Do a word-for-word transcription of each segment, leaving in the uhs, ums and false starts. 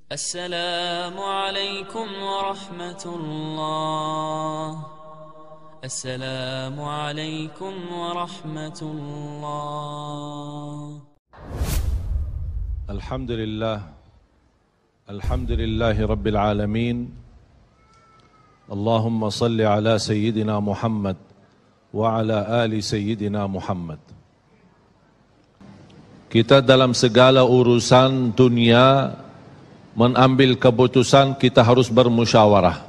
السلام عليكم ورحمة الله. السلام عليكم ورحمة الله. الحمد لله الحمد لله رب العالمين. اللهم صل على سيدنا محمد وعلى آل سيدنا Muhammad. Kita dalam segala urusan dunia mengambil keputusan kita harus bermusyawarah.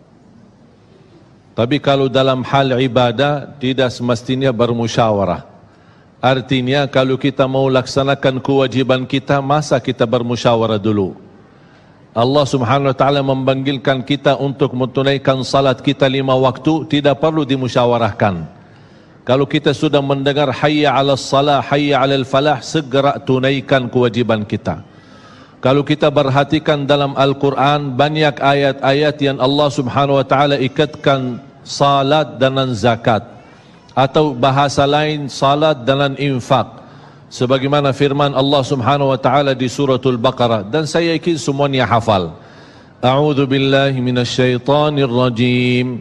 Tapi kalau dalam hal ibadah tidak semestinya bermusyawarah. Artinya kalau kita mau laksanakan kewajiban kita, masa kita bermusyawarah dulu? Allah subhanahu wa ta'ala memanggilkan kita untuk menunaikan salat kita lima waktu, tidak perlu dimusyawarahkan. Kalau kita sudah mendengar hayya ala salah, hayya ala falah, segera tunaikan kewajiban kita. Kalau kita perhatikan dalam Al-Quran, banyak ayat-ayat yang Allah subhanahu wa ta'ala ikatkan salat dengan zakat, atau bahasa lain salat dengan infak, sebagaimana firman Allah subhanahu wa ta'ala di suratul Baqarah, dan saya yakin semuanya hafal. A'udzu billahi minasyaitonir rajim.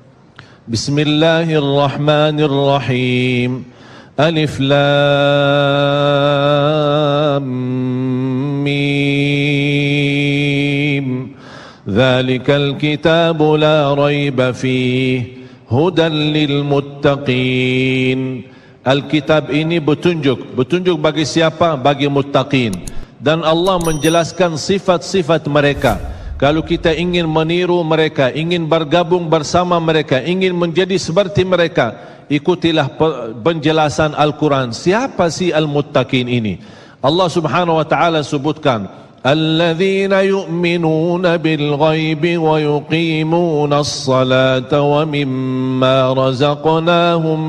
Bismillahirrahmanirrahim. Alif Lam Mim. Dzalikal kitabu la raiba fihi hudan lil muttaqin. Alkitab ini petunjuk, petunjuk bagi siapa? Bagi muttaqin. Dan Allah menjelaskan sifat-sifat mereka. Kalau kita ingin meniru mereka, ingin bergabung bersama mereka, ingin menjadi seperti mereka, ikutilah penjelasan Al-Quran. Siapa si al-muttaqin ini? Allah subhanahu wa ta'ala sebutkan, alladzina yu'minuna bil ghaibi wa yuqimuna as-salata wa mimma razaqnahum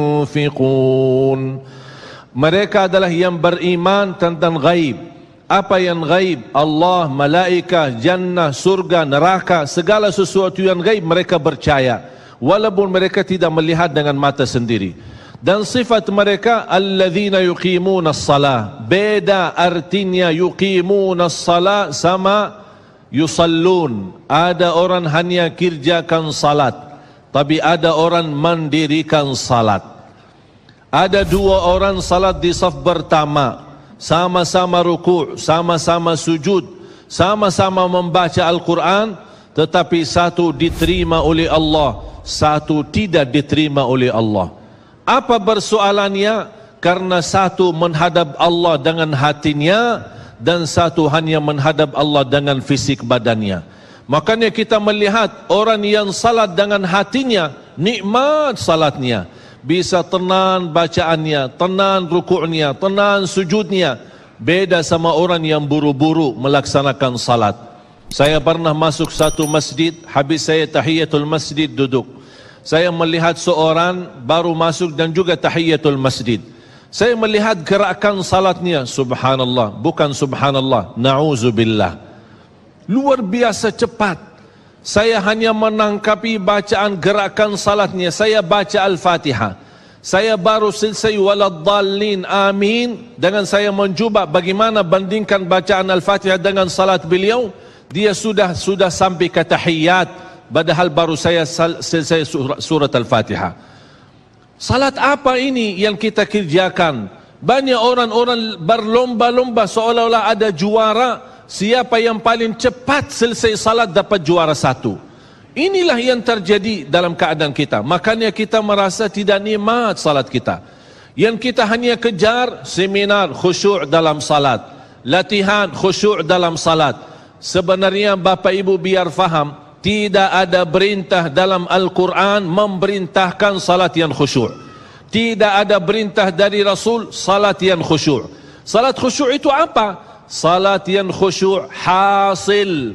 yunfiqun. Mereka adalah yang beriman tentang ghaib. Apa yang ghaib? Allah, malaikah, jannah, surga, neraka, segala sesuatu yang ghaib mereka percaya, walaupun mereka tidak melihat dengan mata sendiri. Dan sifat mereka alladzina yuqimuna as-salah. Beda artinya yuqimuna as-salah sama yusallun. Ada orang hanya kerjakan salat, tapi ada orang mendirikan salat. Ada dua orang salat di saf pertama, sama-sama ruku', sama-sama sujud, sama-sama membaca Al-Quran, tetapi satu diterima oleh Allah, satu tidak diterima oleh Allah. Apa persoalannya? Karena satu menghadap Allah dengan hatinya, dan satu hanya menghadap Allah dengan fisik badannya. Makanya kita melihat orang yang salat dengan hatinya, nikmat salatnya, bisa tenang bacaannya, tenang rukuknya, tenang sujudnya. Beda sama orang yang buru-buru melaksanakan salat. Saya pernah masuk satu masjid, habis saya tahiyatul masjid duduk. Saya melihat seorang baru masuk dan juga tahiyatul masjid. Saya melihat gerakan salatnya, subhanallah, bukan subhanallah, na'udzubillah, luar biasa cepat. Saya hanya menangkapi bacaan gerakan salatnya. Saya baca Al-Fatihah, saya baru selesai waladdallin amin, dengan saya mencuba bagaimana bandingkan bacaan Al-Fatihah dengan salat beliau, dia sudah sudah sampai ke tahiyat, padahal baru saya selesai surat Al-Fatihah. Salat apa ini yang kita kerjakan? Banyak orang-orang berlomba-lomba seolah-olah ada juara. Siapa yang paling cepat selesai salat dapat juara satu. Inilah yang terjadi dalam keadaan kita. Makanya kita merasa tidak nikmat salat kita. Yang kita hanya kejar seminar khusyuk dalam salat, latihan khusyuk dalam salat. Sebenarnya Bapak Ibu biar faham, tidak ada perintah dalam Al-Quran memerintahkan salat yang khusyuk. Tidak ada perintah dari Rasul salat yang khusyuk. Salat khusyuk itu apa? Salat yang khusyuk hasil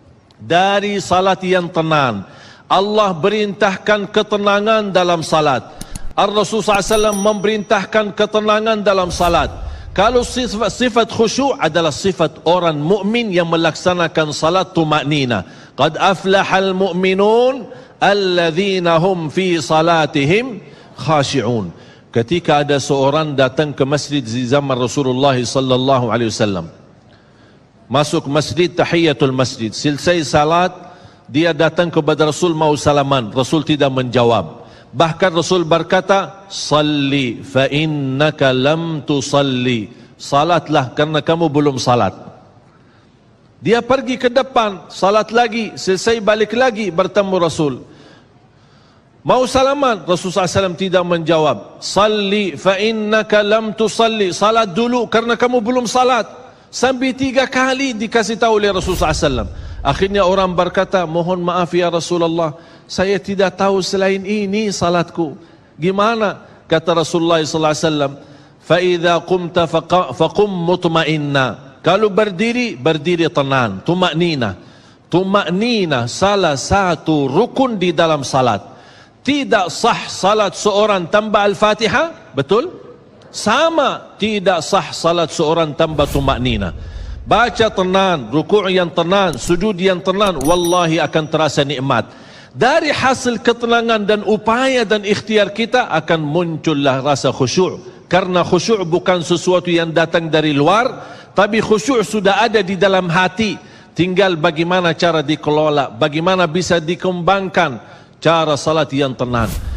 dari salat yang tenang. Allah perintahkan ketenangan dalam salat. Ar-Rasul sallallahu alaihi wasallam memerintahkan ketenangan dalam salat. Kalau sifat, sifat khusyuk adalah sifat orang mukmin yang melaksanakan salat tuma'nina. Qad aflahal mu'minun alladzina hum fi salatihim khashi'un. Ketika ada seorang datang ke masjid di zaman Rasulullah sallallahu alaihi wasallam, masuk masjid, tahiyatul masjid. Selesai salat, dia datang kepada Rasul mau salaman. Rasul tidak menjawab. Bahkan Rasul berkata, salli fa innaka lam tusalli. Salatlah karena kamu belum salat. Dia pergi ke depan, salat lagi, selesai balik lagi bertemu Rasul. Mau salaman, Rasulullah sallallahu alaihi wasallam tidak menjawab. Salli fa innaka lam tusalli. Salat dulu karena kamu belum salat. Sampai tiga kali dikasih tahu oleh Rasulullah sallallahu alaihi wasallam. Akhirnya orang berkata, mohon maaf ya Rasulullah, saya tidak tahu selain ini salatku. Gimana? Kata Rasulullah sallallahu alaihi wasallam, fa idza qumta faqum mutma'inna. Kalau berdiri, berdiri tenang, tumaknina. Tumaknina salah satu rukun di dalam salat. Tidak sah salat seorang tanpa Al-Fatihah, betul? Sama tidak sah salat seorang tanpa tumaknina. Baca tenang, rukuk yang tenang, sujud yang tenang, wallahi akan terasa nikmat. Dari hasil ketenangan dan upaya dan ikhtiar kita akan muncullah rasa khusyuk. Karena khusyuk bukan sesuatu yang datang dari luar, tapi khusyuk sudah ada di dalam hati. Tinggal bagaimana cara dikelola, bagaimana bisa dikembangkan cara salat yang tenang.